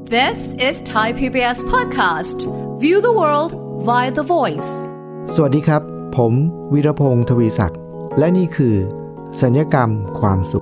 This is Thai PBS podcast. View the world via the voice. สวัสดีครับผมวีรพงศ์ทวีศักดิ์และนี่คือสัญญกรรมความสุข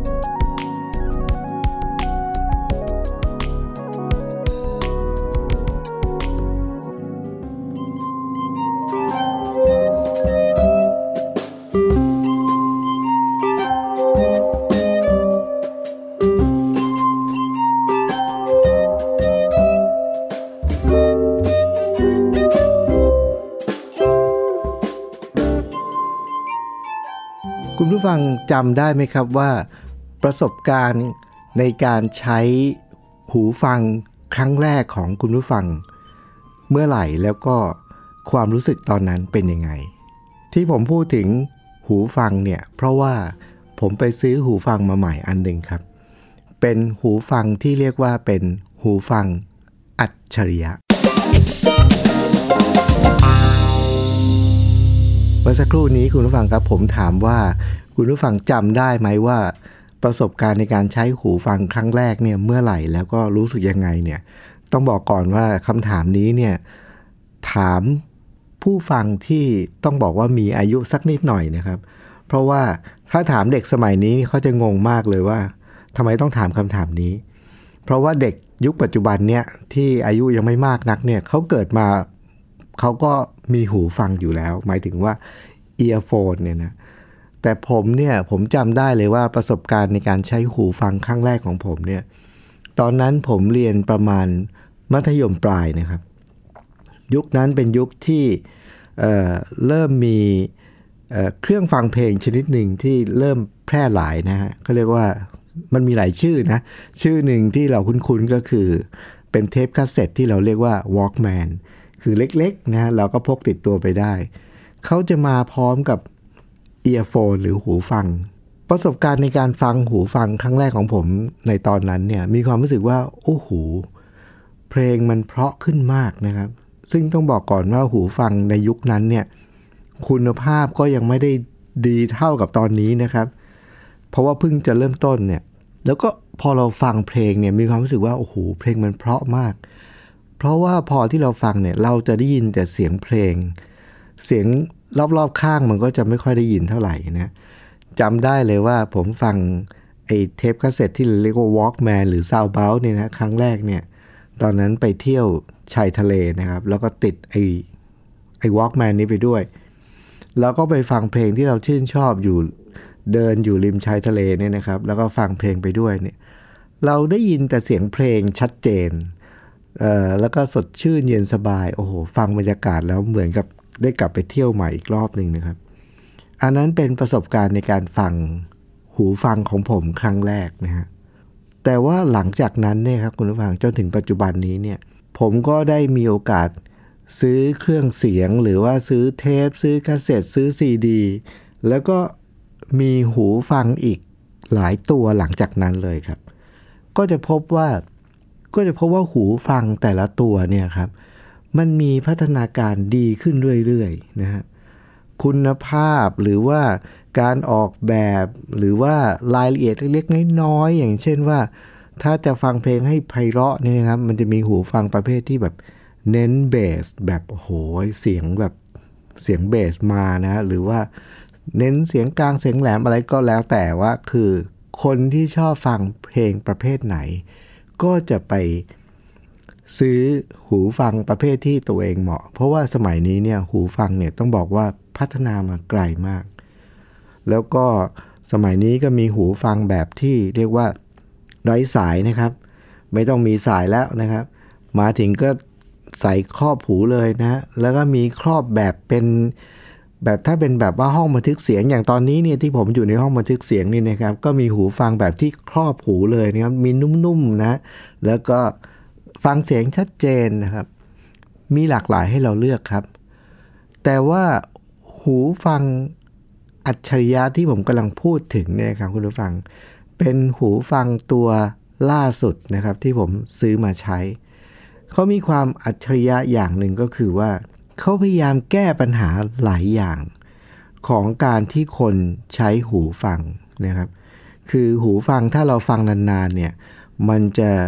คุณผู้ฟังจำได้ไหมครับว่าประสบการณ์ในการใช้หูฟังครั้งแรกของคุณผู้ฟังเมื่อไหร่แล้วก็ความรู้สึกตอนนั้นเป็นยังไงที่ผมพูดถึงหูฟังเนี่ยเพราะว่าผมไปซื้อหูฟังมาใหม่อันหนึ่งครับเป็นหูฟังที่เรียกว่าเป็นหูฟังอัจฉริยะเมื่อสักครู่นี้คุณผู้ฟังครับผมถามว่าคุณผู้ฟังจำได้ไหมว่าประสบการณ์ในการใช้หูฟังครั้งแรกเนี่ยเมื่อไหร่แล้วก็รู้สึกยังไงเนี่ยต้องบอกก่อนว่าคำถามนี้เนี่ยถามผู้ฟังที่ต้องบอกว่ามีอายุสักนิดหน่อยนะครับเพราะว่าถ้าถามเด็กสมัยนี้เขาจะงงมากเลยว่าทำไมต้องถามคำถามนี้เพราะว่าเด็กยุคปัจจุบันเนี่ยที่อายุยังไม่มากนักเนี่ยเขาเกิดมาเขาก็มีหูฟังอยู่แล้วหมายถึงว่าเอียร์โฟนเนี่ยนะแต่ผมจำได้เลยว่าประสบการณ์ในการใช้หูฟังครั้งแรกของผมเนี่ยตอนนั้นผมเรียนประมาณมัธยมปลายนะครับยุคนั้นเป็นยุคที่เริ่มมีเครื่องฟังเพลงชนิดหนึ่งที่เริ่มแพร่หลายนะฮะเขาเรียกว่ามันมีหลายชื่อนะชื่อหนึ่งที่เราคุ้นๆก็คือเป็นเทปคาสเซ็ตที่เราเรียกว่า Walkmanคือเล็กๆนะเราก็พกติดตัวไปได้เขาจะมาพร้อมกับเอียร์โฟนหรือหูฟังประสบการณ์ในการฟังหูฟังครั้งแรกของผมในตอนนั้นเนี่ยมีความรู้สึกว่าโอ้โหเพลงมันเพราะขึ้นมากนะครับซึ่งต้องบอกก่อนว่าหูฟังในยุคนั้นเนี่ยคุณภาพก็ยังไม่ได้ดีเท่ากับตอนนี้นะครับเพราะว่าเพิ่งจะเริ่มต้นเนี่ยแล้วก็พอเราฟังเพลงเนี่ยมีความรู้สึกว่าโอ้โหเพลงมันเพราะมากเพราะว่าพอที่เราฟังเนี่ยเราจะได้ยินแต่เสียงเพลงเสียงรอบๆข้างมันก็จะไม่ค่อยได้ยินเท่าไหร่นะจำได้เลยว่าผมฟังไอ้เทปคาสเซ็ตที่เรียกว่า Walkman หรือ Soundbound เนี่ยนะครั้งแรกเนี่ยตอนนั้นไปเที่ยวชายทะเลนะครับแล้วก็ติดไอ้ Walkman นี้ไปด้วยแล้วก็ไปฟังเพลงที่เราชื่นชอบอยู่เดินอยู่ริมชายทะเลเนี่ยนะครับแล้วก็ฟังเพลงไปด้วยเนี่ยเราได้ยินแต่เสียงเพลงชัดเจนแล้วก็สดชื่นเย็นสบายโอ้โหฟังบรรยากาศแล้วเหมือนกับได้กลับไปเที่ยวใหม่อีกรอบนึงนะครับอันนั้นเป็นประสบการณ์ในการฟังหูฟังของผมครั้งแรกนะฮะแต่ว่าหลังจากนั้นเนี่ยครับคุณผู้ฟังจนถึงปัจจุบันนี้เนี่ยผมก็ได้มีโอกาสซื้อเครื่องเสียงหรือว่าซื้อเทปซื้อคาสเซ็ตซื้อซีดีแล้วก็มีหูฟังอีกหลายตัวหลังจากนั้นเลยครับก็จะพบว่าหูฟังแต่ละตัวเนี่ยครับมันมีพัฒนาการดีขึ้นเรื่อยๆนะฮะคุณภาพหรือว่าการออกแบบหรือว่ารายละเอียดเล็กๆน้อยๆอย่างเช่นว่าถ้าจะฟังเพลงให้ไพเราะเนี่ยนะครับมันจะมีหูฟังประเภทที่แบบเน้นเบสแบบโอ้โหเสียงแบบเสียงเบสมานะหรือว่าเน้นเสียงกลางเสียงแหลมอะไรก็แล้วแต่ว่าคือคนที่ชอบฟังเพลงประเภทไหนก็จะไปซื้อหูฟังประเภทที่ตัวเองเหมาะเพราะว่าสมัยนี้เนี่ยหูฟังเนี่ยต้องบอกว่าพัฒนามาไกลมากแล้วก็สมัยนี้ก็มีหูฟังแบบที่เรียกว่าไร้สายนะครับไม่ต้องมีสายแล้วนะครับมาถึงก็ใส่ครอบหูเลยนะแล้วก็มีครอบแบบเป็นแบบถ้าเป็นแบบว่าห้องบันทึกเสียงอย่างตอนนี้เนี่ยที่ผมอยู่ในห้องบันทึกเสียงนี่นะครับก็มีหูฟังแบบที่ครอบหูเลยนะครับมีนุ่มๆนะแล้วก็ฟังเสียงชัดเจนนะครับมีหลากหลายให้เราเลือกครับแต่ว่าหูฟังอัจฉริยะที่ผมกำลังพูดถึงเนี่ยครับคุณผู้ฟังเป็นหูฟังตัวล่าสุดนะครับที่ผมซื้อมาใช้เขามีความอัจฉริยะอย่างหนึ่งก็คือว่าเขาพยายามแก้ปัญหาหลายอย่างของการที่คนใช้หูฟังนะครับคือหูฟังถ้าเราฟังนานๆเนี่ยมันจะ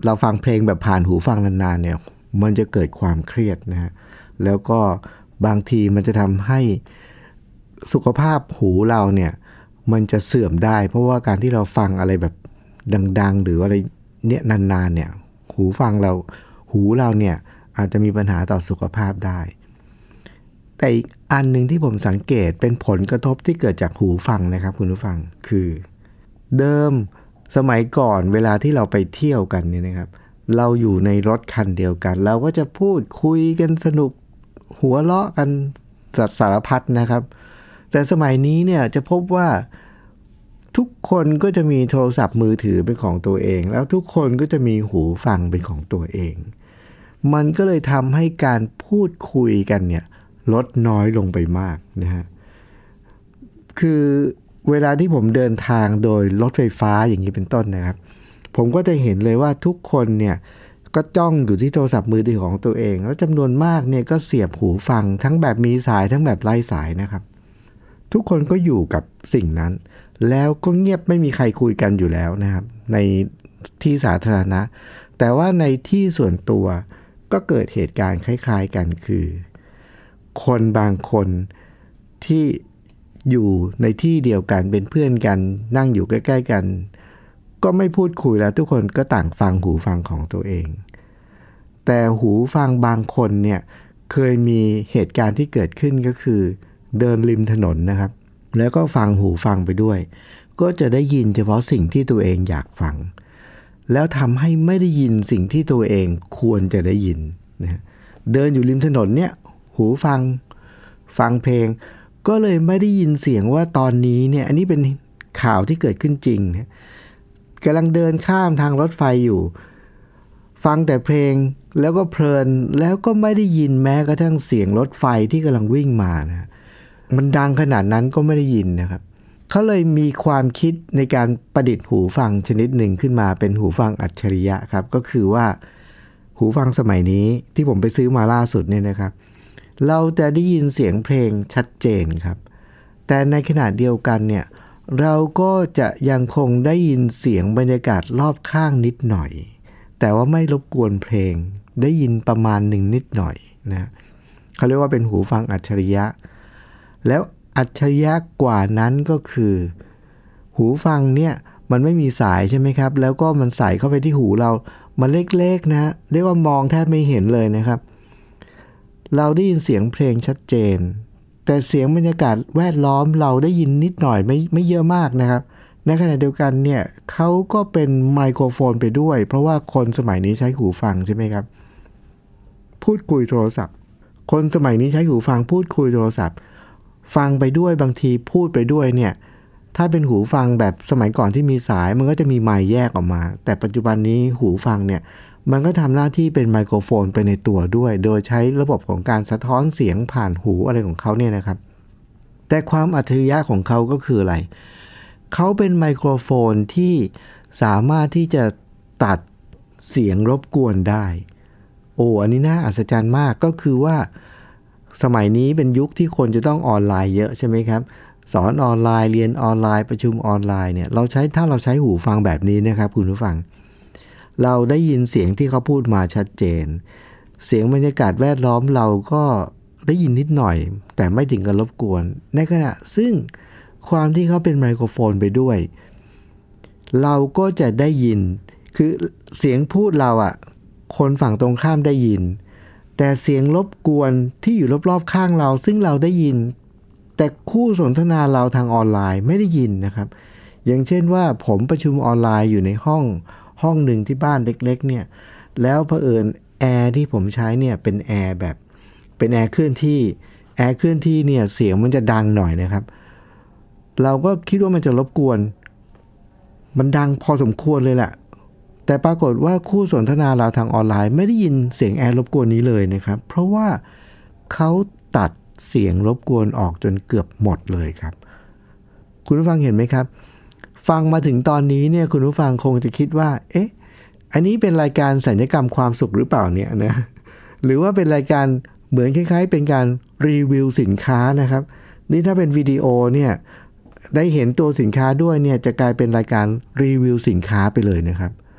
เราฟังเพลงแบบผ่านหูฟังนานๆเนี่ยมันจะเกิดความเครียดนะฮะแล้วก็บางทีมันจะทำให้สุขภาพหูเราเนี่ยมันจะเสื่อมได้เพราะว่าการที่เราฟังอะไรแบบดังๆหรืออะไรเนี่ยนานๆเนี่ยหูเราเนี่ยอาจจะมีปัญหาต่อสุขภาพได้แต่อีกอันนึงที่ผมสังเกตเป็นผลกระทบที่เกิดจากหูฟังนะครับคุณผู้ฟังคือเดิมสมัยก่อนเวลาที่เราไปเที่ยวกันเนี่ยนะครับเราอยู่ในรถคันเดียวกันเราก็จะพูดคุยกันสนุกหัวเราะกันสารพัดนะครับแต่สมัยนี้เนี่ยจะพบว่าทุกคนก็จะมีโทรศัพท์มือถือเป็นของตัวเองแล้วทุกคนก็จะมีหูฟังเป็นของตัวเองมันก็เลยทำให้การพูดคุยกันเนี่ยลดน้อยลงไปมากนะฮะคือเวลาที่ผมเดินทางโดยรถไฟฟ้าอย่างนี้เป็นต้นนะครับผมก็จะเห็นเลยว่าทุกคนเนี่ยก็จ้องอยู่ที่โทรศัพท์มือถือของตัวเองแล้วจำนวนมากเนี่ยก็เสียบหูฟังทั้งแบบมีสายทั้งแบบไร้สายนะครับทุกคนก็อยู่กับสิ่งนั้นแล้วก็เงียบไม่มีใครคุยกันอยู่แล้วนะครับในที่สาธารณะแต่ว่าในที่ส่วนตัวก็เกิดเหตุการณ์คล้ายๆกันคือคนบางคนที่อยู่ในที่เดียวกันเป็นเพื่อนกันนั่งอยู่ใกล้ๆกันก็ไม่พูดคุยแล้วทุกคนก็ต่างฟังหูฟังของตัวเองแต่หูฟังบางคนเนี่ยเคยมีเหตุการณ์ที่เกิดขึ้นก็คือเดินริมถนนนะครับแล้วก็ฟังหูฟังไปด้วยก็จะได้ยินเฉพาะสิ่งที่ตัวเองอยากฟังแล้วทำให้ไม่ได้ยินสิ่งที่ตัวเองควรจะได้ยินนะเดินอยู่ริมถนนเนี่ยหูฟังเพลงก็เลยไม่ได้ยินเสียงว่าตอนนี้เนี่ยอันนี้เป็นข่าวที่เกิดขึ้นจริงนะกำลังเดินข้ามทางรถไฟอยู่ฟังแต่เพลงแล้วก็เพลินแล้วก็ไม่ได้ยินแม้กระทั่งเสียงรถไฟที่กำลังวิ่งมานะมันดังขนาดนั้นก็ไม่ได้ยินนะครับเขาเลยมีความคิดในการประดิษฐ์หูฟังชนิดหนึ่งขึ้นมาเป็นหูฟังอัจฉริยะครับก็คือว่าหูฟังสมัยนี้ที่ผมไปซื้อมาล่าสุดเนี่ยนะครับเราจะได้ยินเสียงเพลงชัดเจนครับแต่ในขณะเดียวกันเนี่ยเราก็จะยังคงได้ยินเสียงบรรยากาศรอบข้างนิดหน่อยแต่ว่าไม่รบกวนเพลงได้ยินประมาณหนึ่งนิดหน่อยนะเขาเรียกว่าเป็นหูฟังอัจฉริยะแล้วอัจฉริยะกว่านั้นก็คือหูฟังเนี่ยมันไม่มีสายใช่ไหมครับแล้วก็มันใส่เข้าไปที่หูเรามันเล็กๆนะเรียกว่ามองแทบไม่เห็นเลยนะครับเราได้ยินเสียงเพลงชัดเจนแต่เสียงบรรยากาศแวดล้อมเราได้ยินนิดหน่อยไม่เยอะมากนะครับในขณะเดียวกันเนี่ยเขาก็เป็นไมโครโฟนไปด้วยเพราะว่าคนสมัยนี้ใช้หูฟังใช่ไหมครับพูดคุยโทรศัพท์คนสมัยนี้ใช้หูฟังพูดคุยโทรศัพท์ฟังไปด้วยบางทีพูดไปด้วยเนี่ยถ้าเป็นหูฟังแบบสมัยก่อนที่มีสายมันก็จะมีไมค์แยกออกมาแต่ปัจจุบันนี้หูฟังเนี่ยมันก็ทำหน้าที่เป็นไมโครโฟนไปในตัวด้วยโดยใช้ระบบของการสะท้อนเสียงผ่านหูอะไรของเขาเนี่ยนะครับแต่ความอัจฉริยะของเขาก็คืออะไรเขาเป็นไมโครโฟนที่สามารถที่จะตัดเสียงรบกวนได้อันนี้น่าอัศจรรย์มากก็คือว่าสมัยนี้เป็นยุคที่คนจะต้องออนไลน์เยอะใช่ไหมครับสอนออนไลน์เรียนออนไลน์ประชุมออนไลน์เนี่ยถ้าเราใช้หูฟังแบบนี้นะครับคุณผู้ฟังเราได้ยินเสียงที่เขาพูดมาชัดเจนเสียงบรรยากาศแวดล้อมเราก็ได้ยินนิดหน่อยแต่ไม่ถึงกับรบกวนในขณะซึ่งความที่เขาเป็นไมโครโฟนไปด้วยเราก็จะได้ยินคือเสียงพูดเราคนฝั่งตรงข้ามได้ยินแต่เสียงรบกวนที่อยู่รอบๆข้างเราซึ่งเราได้ยินแต่คู่สนทนาเราทางออนไลน์ไม่ได้ยินนะครับอย่างเช่นว่าผมประชุมออนไลน์อยู่ในห้องหนึ่งที่บ้านเล็กๆเนี่ยแล้วเผอิญแอร์ที่ผมใช้เนี่ยเป็นแอร์แบบเป็นแอร์เคลื่อนที่เนี่ยเสียงมันจะดังหน่อยนะครับเราก็คิดว่ามันจะรบกวนมันดังพอสมควรเลยแหละแต่ปรากฏว่าคู่สนทนาเราทางออนไลน์ไม่ได้ยินเสียงแอร์รบกวนนี้เลยนะครับเพราะว่าเขาตัดเสียงรบกวนออกจนเกือบหมดเลยครับคุณผู้ฟังเห็นไหมครับฟังมาถึงตอนนี้เนี่ยคุณผู้ฟังคงจะคิดว่าอันนี้เป็นรายการสัญญกรรมความสุขหรือเปล่าเนี่ยนะหรือว่าเป็นรายการเหมือนคล้ายๆเป็นการรีวิวสินค้านะครับนี่ถ้าเป็นวิดีโอเนี่ยได้เห็นตัวสินค้าด้วยเนี่ยจะกลายเป็นรายการรีวิวสินค้าไปเลยนะครับ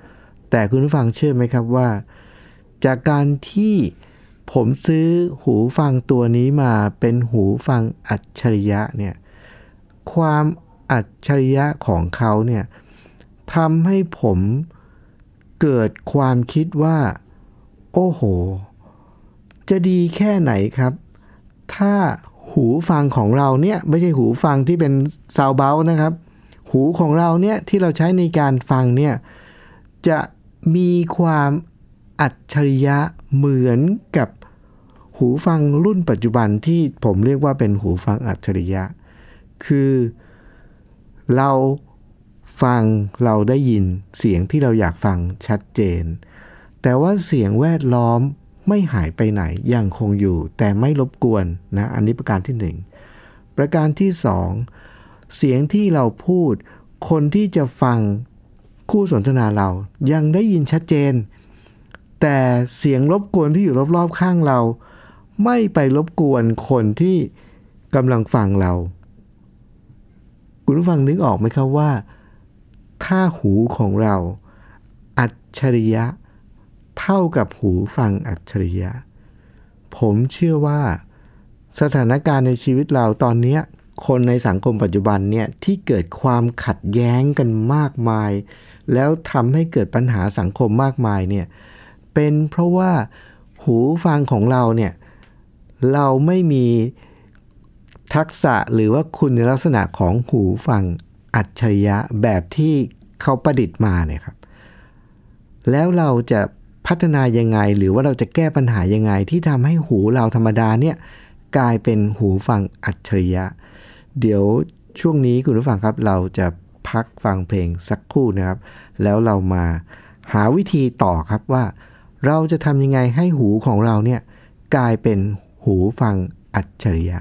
แต่คุณผู้ฟังเชื่อไหมครับว่าจากการที่ผมซื้อหูฟังตัวนี้มาเป็นหูฟังอัจฉริยะเนี่ยความอัจฉริยะของเขาเนี่ยทำให้ผมเกิดความคิดว่าโอ้โหจะดีแค่ไหนครับถ้าหูฟังของเราเนี่ยไม่ใช่หูฟังที่เป็นซาวด์เบานะครับหูของเราเนี่ยที่เราใช้ในการฟังเนี่ยจะมีความอัจฉริยะเหมือนกับหูฟังรุ่นปัจจุบันที่ผมเรียกว่าเป็นหูฟังอัจฉริยะคือเราฟังเราได้ยินเสียงที่เราอยากฟังชัดเจนแต่ว่าเสียงแวดล้อมไม่หายไปไหนยังคงอยู่แต่ไม่รบกวนนะอันนี้ประการที่1ประการที่2เสียงที่เราพูดคนที่จะฟังคู่สนทนาเรายังได้ยินชัดเจนแต่เสียงรบกวนที่อยู่รอบๆข้างเราไม่ไปรบกวนคนที่กำลังฟังเราคุณผู้ฟังนึกออกไหมครับว่าถ้าหูของเราอัจฉริยะเท่ากับหูฟังอัจฉริยะผมเชื่อว่าสถานการณ์ในชีวิตเราตอนนี้คนในสังคมปัจจุบันเนี่ยที่เกิดความขัดแย้งกันมากมายแล้วทำให้เกิดปัญหาสังคมมากมายเนี่ยเป็นเพราะว่าหูฟังของเราเนี่ยเราไม่มีทักษะหรือว่าคุณลักษณะของหูฟังอัจฉริยะแบบที่เขาประดิษฐ์มาเนี่ยครับแล้วเราจะพัฒนายังไงหรือว่าเราจะแก้ปัญหายังไงที่ทำให้หูเราธรรมดาเนี่ยกลายเป็นหูฟังอัจฉริยะเดี๋ยวช่วงนี้คุณผู้ฟังครับเราจะพักฟังเพลงสักครู่นะครับแล้วเรามาหาวิธีต่อครับว่าเราจะทำยังไงให้หูของเราเนี่ยกลายเป็นหูฟังอัจฉริยะ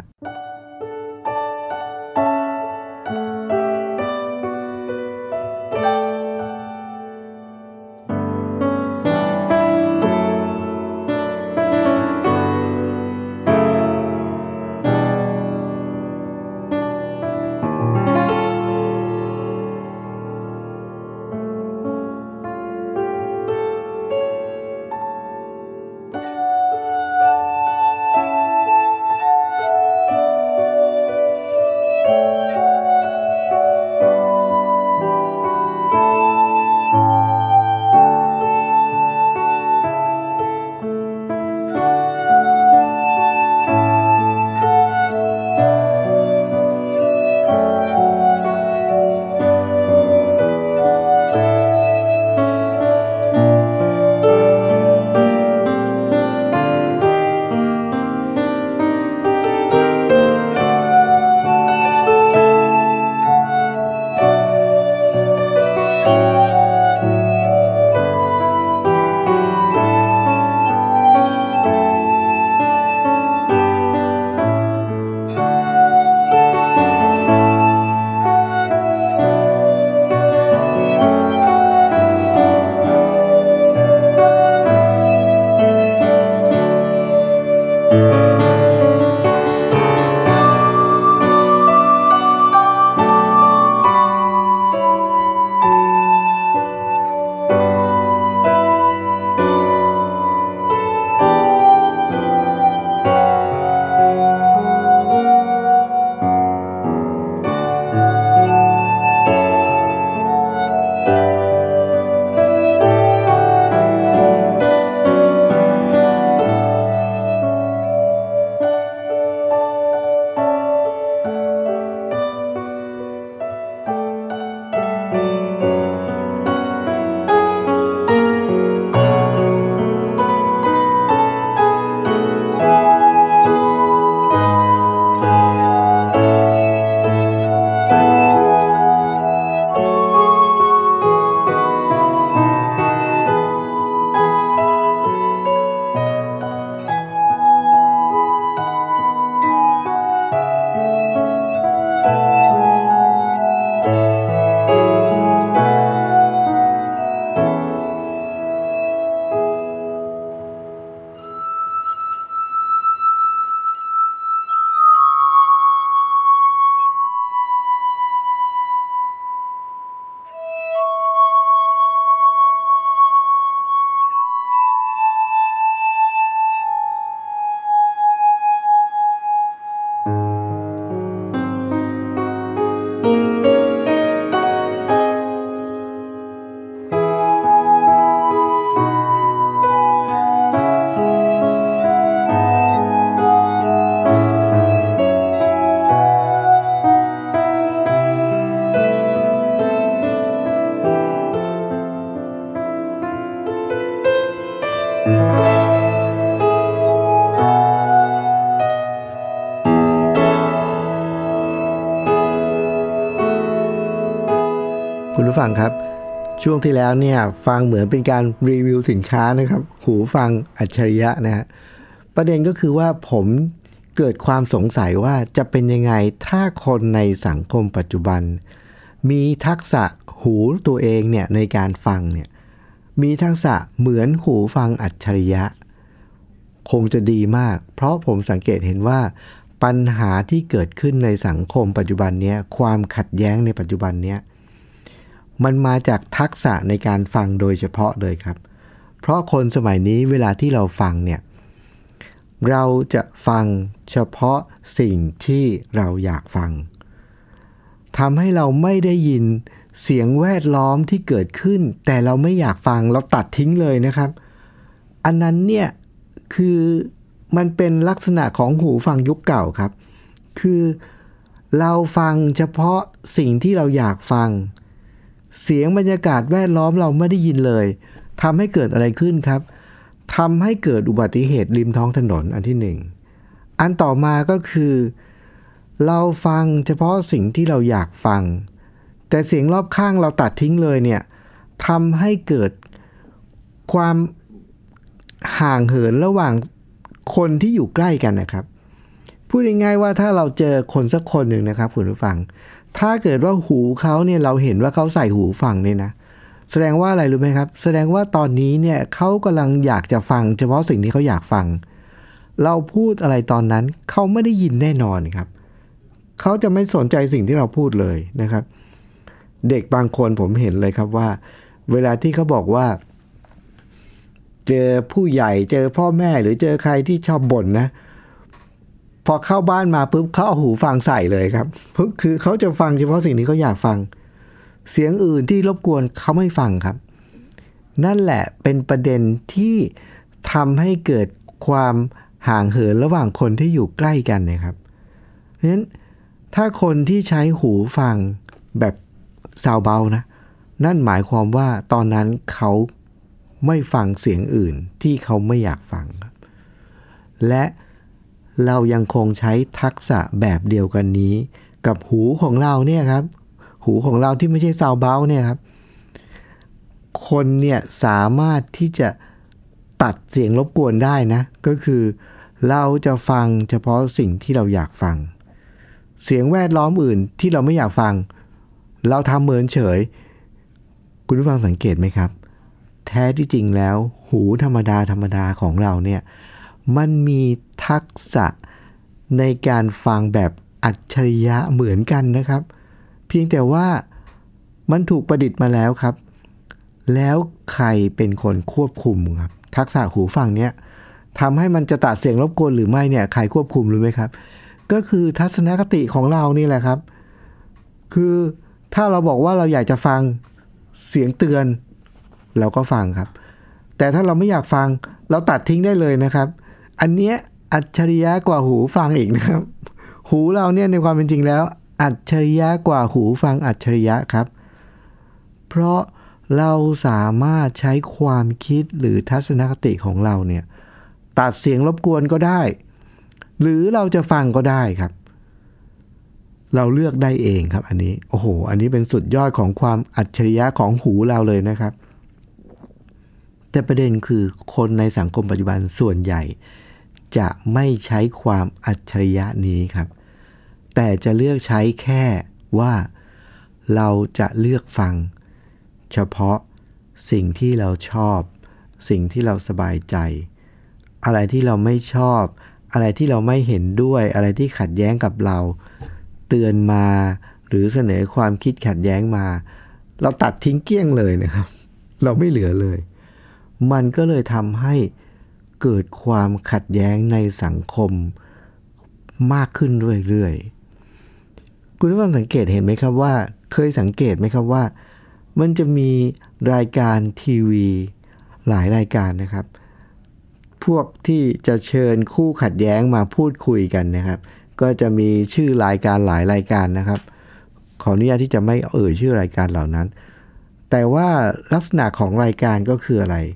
คุณผู้ฟังครับช่วงที่แล้วเนี่ยฟังเหมือนเป็นการรีวิวสินค้านะครับหูฟังอัจฉริยะนะฮะประเด็นก็คือว่าผมเกิดความสงสัยว่าจะเป็นยังไงถ้าคนในสังคมปัจจุบันมีทักษะหูตัวเองเนี่ยในการฟังเนี่ยมีทักษะเหมือนหูฟังอัจฉริยะคงจะดีมากเพราะผมสังเกตเห็นว่าปัญหาที่เกิดขึ้นในสังคมปัจจุบันนี้ความขัดแย้งในปัจจุบันนี้มันมาจากทักษะในการฟังโดยเฉพาะเลยครับเพราะคนสมัยนี้เวลาที่เราฟังเนี่ยเราจะฟังเฉพาะสิ่งที่เราอยากฟังทำให้เราไม่ได้ยินเสียงแวดล้อมที่เกิดขึ้นแต่เราไม่อยากฟังเราตัดทิ้งเลยนะครับอันนั้นเนี่ยคือมันเป็นลักษณะของหูฟังยุคเก่าครับคือเราฟังเฉพาะสิ่งที่เราอยากฟังเสียงบรรยากาศแวดล้อมเราไม่ได้ยินเลยทำให้เกิดอะไรขึ้นครับทำให้เกิดอุบัติเหตุริมท้องถนนอันที่หนึ่งอันต่อมาก็คือเราฟังเฉพาะสิ่งที่เราอยากฟังแต่เสียงรอบข้างเราตัดทิ้งเลยเนี่ยทำให้เกิดความห่างเหินระหว่างคนที่อยู่ใกล้กันนะครับพูดง่ายๆว่าถ้าเราเจอคนสักคนหนึ่งนะครับคุณผู้ฟังถ้าเกิดว่าหูเขาเนี่ยเราเห็นว่าเขาใส่หูฟังเนี่ยนะแสดงว่าอะไรรู้ไหมครับแสดงว่าตอนนี้เนี่ยเขากำลังอยากจะฟังเฉพาะสิ่งที่เขาอยากฟังเราพูดอะไรตอนนั้นเขาไม่ได้ยินแน่นอนครับเขาจะไม่สนใจสิ่งที่เราพูดเลยนะครับเด็กบางคนผมเห็นเลยครับว่าเวลาที่เขาบอกว่าเจอผู้ใหญ่เจอพ่อแม่หรือเจอใครที่ชอบบ่นนะพอเข้าบ้านมาปุ๊บเขาเอาหูฟังใส่เลยครับคือเขาจะฟังเฉพาะสิ่งที่เขาอยากฟังเสียงอื่นที่รบกวนเขาไม่ฟังครับนั่นแหละเป็นประเด็นที่ทำให้เกิดความห่างเหินระหว่างคนที่อยู่ใกล้กันนะครับเพราะฉะนั้นถ้าคนที่ใช้หูฟังแบบซาวเบานะนั่นหมายความว่าตอนนั้นเขาไม่ฟังเสียงอื่นที่เขาไม่อยากฟังครับและเรายังคงใช้ทักษะแบบเดียวกันนี้กับหูของเราเนี่ยครับหูของเราที่ไม่ใช่ซาวเบาเนี่ยครับคนเนี่ยสามารถที่จะตัดเสียงรบกวนได้นะก็คือเราจะฟังเฉพาะสิ่งที่เราอยากฟังเสียงแวดล้อมอื่นที่เราไม่อยากฟังเราทำเหมือนเฉยคุณผู้ฟังสังเกตไหมครับแท้ที่จริงแล้วหูธรรมดาของเราเนี่ยมันมีทักษะในการฟังแบบอัจฉริยะเหมือนกันนะครับเพียงแต่ว่ามันถูกประดิษฐ์มาแล้วครับแล้วใครเป็นคนควบคุมครับทักษะหูฟังเนี้ยทำให้มันจะตัดเสียงรบกวนหรือไม่เนี่ยใครควบคุมรู้ไหมครับก็คือทัศนคติของเรานี่แหละครับคือถ้าเราบอกว่าเราอยากจะฟังเสียงเตือนเราก็ฟังครับแต่ถ้าเราไม่อยากฟังเราตัดทิ้งได้เลยนะครับอันเนี้ยอัจฉริยะกว่าหูฟังอีกนะครับหูเราเนี่ยในความเป็นจริงแล้วอัจฉริยะกว่าหูฟังอัจฉริยะครับเพราะเราสามารถใช้ความคิดหรือทัศนคติของเราเนี่ยตัดเสียงรบกวนก็ได้หรือเราจะฟังก็ได้ครับเราเลือกได้เองครับอันนี้โอ้โหอันนี้เป็นสุดยอดของความอัจฉริยะของหูเราเลยนะครับแต่ประเด็นคือคนในสังคมปัจจุบันส่วนใหญ่จะไม่ใช้ความอัจฉริยะนี้ครับแต่จะเลือกใช้แค่ว่าเราจะเลือกฟังเฉพาะสิ่งที่เราชอบสิ่งที่เราสบายใจอะไรที่เราไม่ชอบอะไรที่เราไม่เห็นด้วยอะไรที่ขัดแย้งกับเราเตือนมาหรือเสนอความคิดขัดแย้งมาเราตัดทิ้งเกลี้ยงเลยนะครับเราไม่เหลือเลยมันก็เลยทำให้เกิดความขัดแย้งในสังคมมากขึ้นเรื่อยๆคุณผู้ฟังสังเกตเห็นไหมครับว่าเคยสังเกตไหมครับว่ามันจะมีรายการทีวีหลายรายการนะครับพวกที่จะเชิญคู่ขัดแย้งมาพูดคุยกันนะครับก็จะมีชื่อรายการหลายรายการนะครับขออนุญาตที่จะไม่ชื่อรายการเหล่านั้นแต่ว่าลักษณะของรายการก็คืออะไร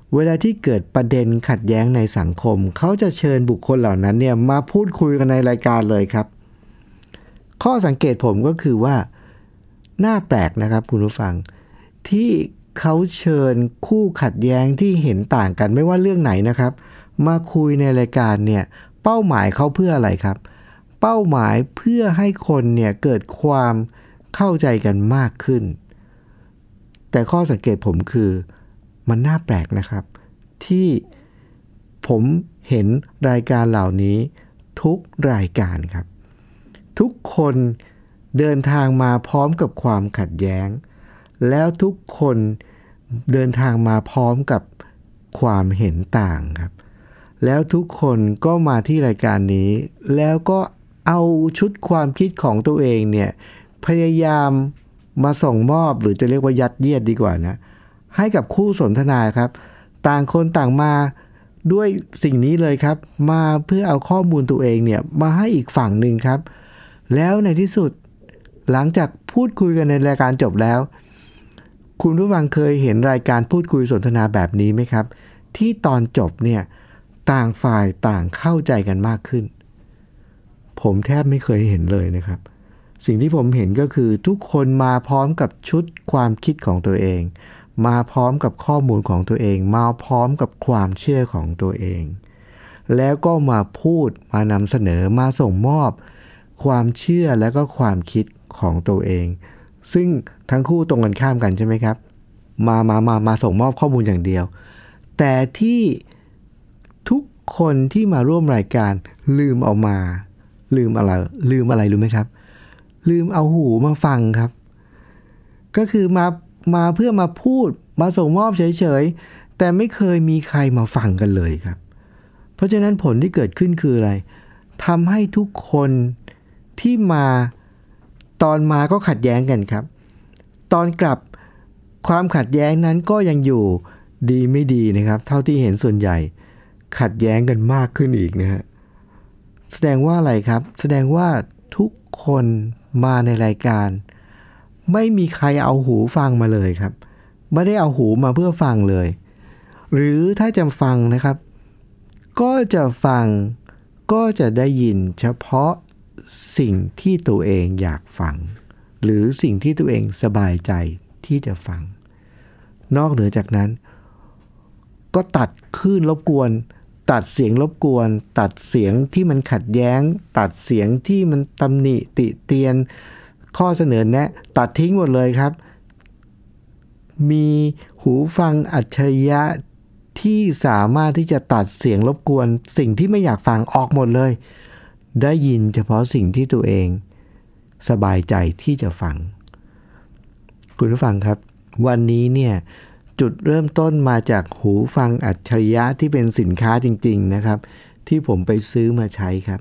เวลาที่เกิดประเด็นขัดแย้งในสังคมเขาจะเชิญบุคคลเหล่านั้นเนี่ยมาพูดคุยกันในรายการเลยครับข้อสังเกตผมก็คือว่าน่าแปลกนะครับคุณผู้ฟังที่เขาเชิญคู่ขัดแย้งที่เห็นต่างกันไม่ว่าเรื่องไหนนะครับมาคุยในรายการเนี่ยเป้าหมายเขาเพื่ออะไรครับเป้าหมายเพื่อให้คนเนี่ยเกิดความเข้าใจกันมากขึ้นแต่ข้อสังเกตผมคือมันน่าแปลกนะครับที่ผมเห็นรายการเหล่านี้ทุกรายการครับทุกคนเดินทางมาพร้อมกับความขัดแย้งแล้วทุกคนเดินทางมาพร้อมกับความเห็นต่างครับแล้วทุกคนก็มาที่รายการนี้แล้วก็เอาชุดความคิดของตัวเองเนี่ยพยายามมาส่งมอบหรือจะเรียกว่ายัดเยียดดีกว่านะให้กับคู่สนทนาครับต่างคนต่างมาด้วยสิ่งนี้เลยครับมาเพื่อเอาข้อมูลตัวเองเนี่ยมาให้อีกฝั่งหนึ่งครับแล้วในที่สุดหลังจากพูดคุยกันในรายการจบแล้วคุณผู้ฟังเคยเห็นรายการพูดคุยสนทนาแบบนี้ไหมครับที่ตอนจบเนี่ยต่างฝ่ายต่างเข้าใจกันมากขึ้นผมแทบไม่เคยเห็นเลยนะครับสิ่งที่ผมเห็นก็คือทุกคนมาพร้อมกับชุดความคิดของตัวเองมาพร้อมกับข้อมูลของตัวเองมาพร้อมกับความเชื่อของตัวเองแล้วก็มาพูดมานำเสนอมาส่งมอบความเชื่อและก็ความคิดของตัวเองซึ่งทั้งคู่ตรงกันข้ามกันใช่ไหมครับมาส่งมอบข้อมูลอย่างเดียวแต่ที่ทุกคนที่มาร่วมรายการลืมอะไรรู้ไหมครับลืมเอาหูมาฟังครับก็คือมาเพื่อมาพูดมาส่งมอบเฉยๆแต่ไม่เคยมีใครมาฟังกันเลยครับเพราะฉะนั้นผลที่เกิดขึ้นคืออะไรทำให้ทุกคนที่มาตอนมาก็ขัดแย้งกันครับตอนกลับความขัดแย้งนั้นก็ยังอยู่ดีไม่ดีนะครับเท่าที่เห็นส่วนใหญ่ขัดแย้งกันมากขึ้นอีกนะฮะแสดงว่าอะไรครับแสดงว่าทุกคนมาในรายการไม่มีใครเอาหูฟังมาเลยครับไม่ได้เอาหูมาเพื่อฟังเลยหรือถ้าจะฟังนะครับก็จะฟังก็จะได้ยินเฉพาะสิ่งที่ตัวเองอยากฟังหรือสิ่งที่ตัวเองสบายใจที่จะฟังนอกเหนือจากนั้นก็ตัดคลื่นรบกวนตัดเสียงรบกวนตัดเสียงที่มันขัดแย้งตัดเสียงที่มันตำหนิติเตียนข้อเสนอแนะตัดทิ้งหมดเลยครับมีหูฟังอัจฉริยะที่สามารถที่จะตัดเสียงรบกวนสิ่งที่ไม่อยากฟังออกหมดเลยได้ยินเฉพาะสิ่งที่ตัวเองสบายใจที่จะฟังคุณผู้ฟังครับวันนี้เนี่ยจุดเริ่มต้นมาจากหูฟังอัจฉริยะที่เป็นสินค้าจริงๆนะครับที่ผมไปซื้อมาใช้ครับ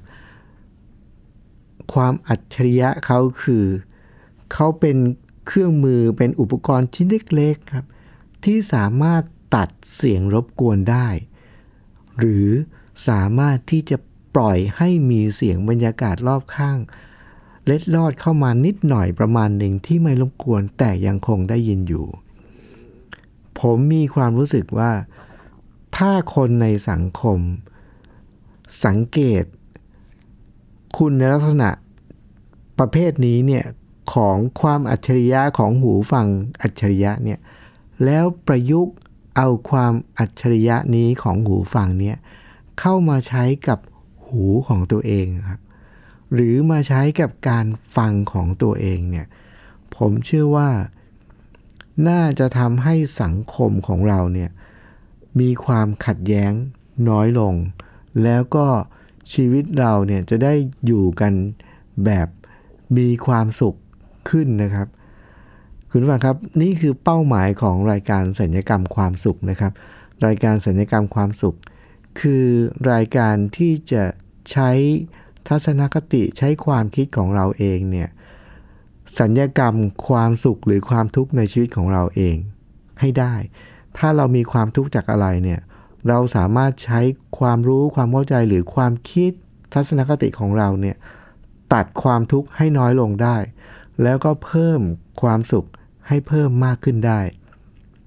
ความอัจฉริยะเขาคือเขาเป็นเครื่องมือเป็นอุปกรณ์ชิ้นเล็กๆครับที่สามารถตัดเสียงรบกวนได้หรือสามารถที่จะปล่อยให้มีเสียงบรรยากาศรอบข้างเล็ดลอดเข้ามานิดหน่อยประมาณหนึ่งที่ไม่รบกวนแต่ยังคงได้ยินอยู่ผมมีความรู้สึกว่าถ้าคนในสังคมสังเกตคุณลักษณะประเภทนี้เนี่ยของความอัจฉริยะของหูฟังอัจฉริยะเนี่ยแล้วประยุกต์เอาความอัจฉริยะนี้ของหูฟังเนี่ยเข้ามาใช้กับหูของตัวเองครับหรือมาใช้กับการฟังของตัวเองเนี่ยผมเชื่อว่าน่าจะทำให้สังคมของเราเนี่ยมีความขัดแย้งน้อยลงแล้วก็ชีวิตเราเนี่ยจะได้อยู่กันแบบมีความสุขขึ้นนะครับคุณผู้ฟังครับนี่คือเป้าหมายของรายการสัญญกรรมความสุขนะครับรายการสัญญกรรมความสุขคือรายการที่จะใช้ทัศนคติใช้ความคิดของเราเองเนี่ยสัญญกรรมความสุขหรือความทุกข์ในชีวิตของเราเองให้ได้ถ้าเรามีความทุกข์จากอะไรเนี่ยเราสามารถใช้ความรู้ความเข้าใจหรือความคิดทัศนคติของเราเนี่ยตัดความทุกข์ให้น้อยลงได้แล้วก็เพิ่มความสุขให้เพิ่มมากขึ้นได้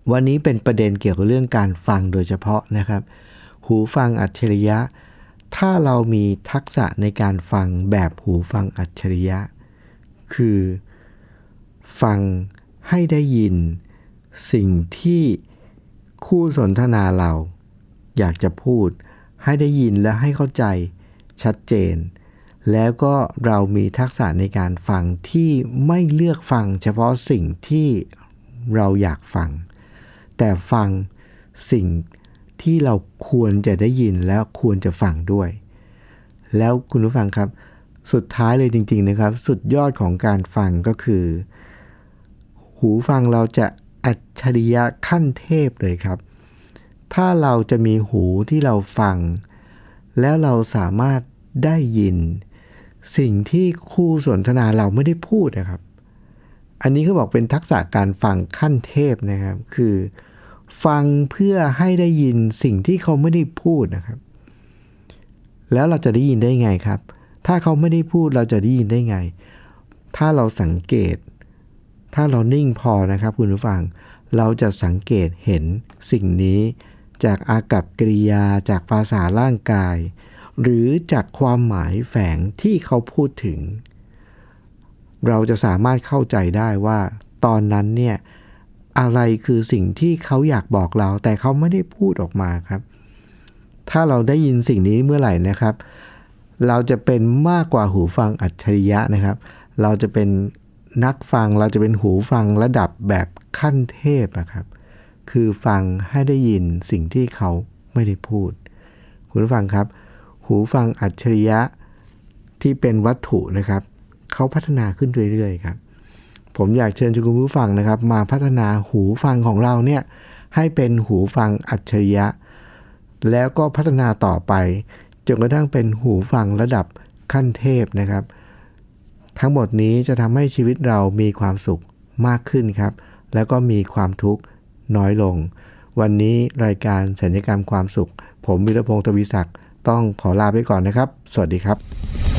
วันนี้เป็นประเด็นเกี่ยวกับเรื่องการฟังโดยเฉพาะนะครับหูฟังอัจฉริยะถ้าเรามีทักษะในการฟังแบบหูฟังอัจฉริยะคือฟังให้ได้ยินสิ่งที่คู่สนทนาเราอยากจะพูดให้ได้ยินและให้เข้าใจชัดเจนแล้วก็เรามีทักษะในการฟังที่ไม่เลือกฟังเฉพาะสิ่งที่เราอยากฟังแต่ฟังสิ่งที่เราควรจะได้ยินแล้วควรจะฟังด้วยแล้วคุณผู้ฟังครับสุดท้ายเลยจริงๆนะครับสุดยอดของการฟังก็คือหูฟังเราจะอัจฉริยะขั้นเทพเลยครับถ้าเราจะมีหูที่เราฟังแล้วเราสามารถได้ยินสิ่งที่คู่สนทนาเราไม่ได้พูดนะครับอันนี้เขาบอกเป็นทักษะการฟังขั้นเทพนะครับคือฟังเพื่อให้ได้ยินสิ่งที่เขาไม่ได้พูดนะครับแล้วเราจะได้ยินได้ไงครับถ้าเขาไม่ได้พูดเราจะได้ยินได้ไงถ้าเราสังเกตถ้าเรานิ่งพอนะครับคุณผู้ฟังเราจะสังเกตเห็นสิ่งนี้จากอากัปกิริยาจากภาษาร่างกายหรือจากความหมายแฝงที่เขาพูดถึงเราจะสามารถเข้าใจได้ว่าตอนนั้นเนี่ยอะไรคือสิ่งที่เขาอยากบอกเราแต่เขาไม่ได้พูดออกมาครับถ้าเราได้ยินสิ่งนี้เมื่อไหร่นะครับเราจะเป็นมากกว่าหูฟังอัจฉริยะนะครับเราจะเป็นนักฟังเราจะเป็นหูฟังระดับแบบขั้นเทพนะครับคือฟังให้ได้ยินสิ่งที่เขาไม่ได้พูดคุณผู้ฟังครับหูฟังอัจฉริยะที่เป็นวัตถุนะครับเขาพัฒนาขึ้นเรื่อยๆครับผมอยากเชิญชวนคุณผู้ฟังนะครับมาพัฒนาหูฟังของเราเนี่ยให้เป็นหูฟังอัจฉริยะแล้วก็พัฒนาต่อไปจนกระทั่งเป็นหูฟังระดับขั้นเทพนะครับทั้งหมดนี้จะทำให้ชีวิตเรามีความสุขมากขึ้นครับแล้วก็มีความทุกข์น้อยลงวันนี้รายการสัญญกรรมความสุขผมวิรพงษ์ทวีศักดิ์ต้องขอลาไปก่อนนะครับสวัสดีครับ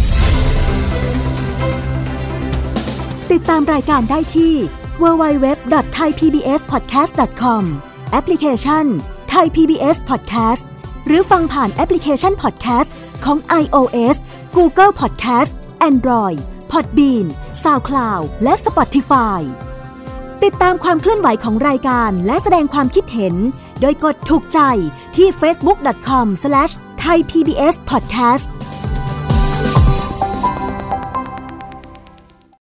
ติดตามรายการได้ที่ www.thaipbspodcast.com แอปพลิเคชัน Thai PBS Podcast หรือฟังผ่านแอปพลิเคชัน Podcast ของ iOS Google Podcast Android Podbean SoundCloud และ Spotify ติดตามความเคลื่อนไหวของรายการและแสดงความคิดเห็นโดยกดถูกใจที่ facebook.com/thaipbspodcast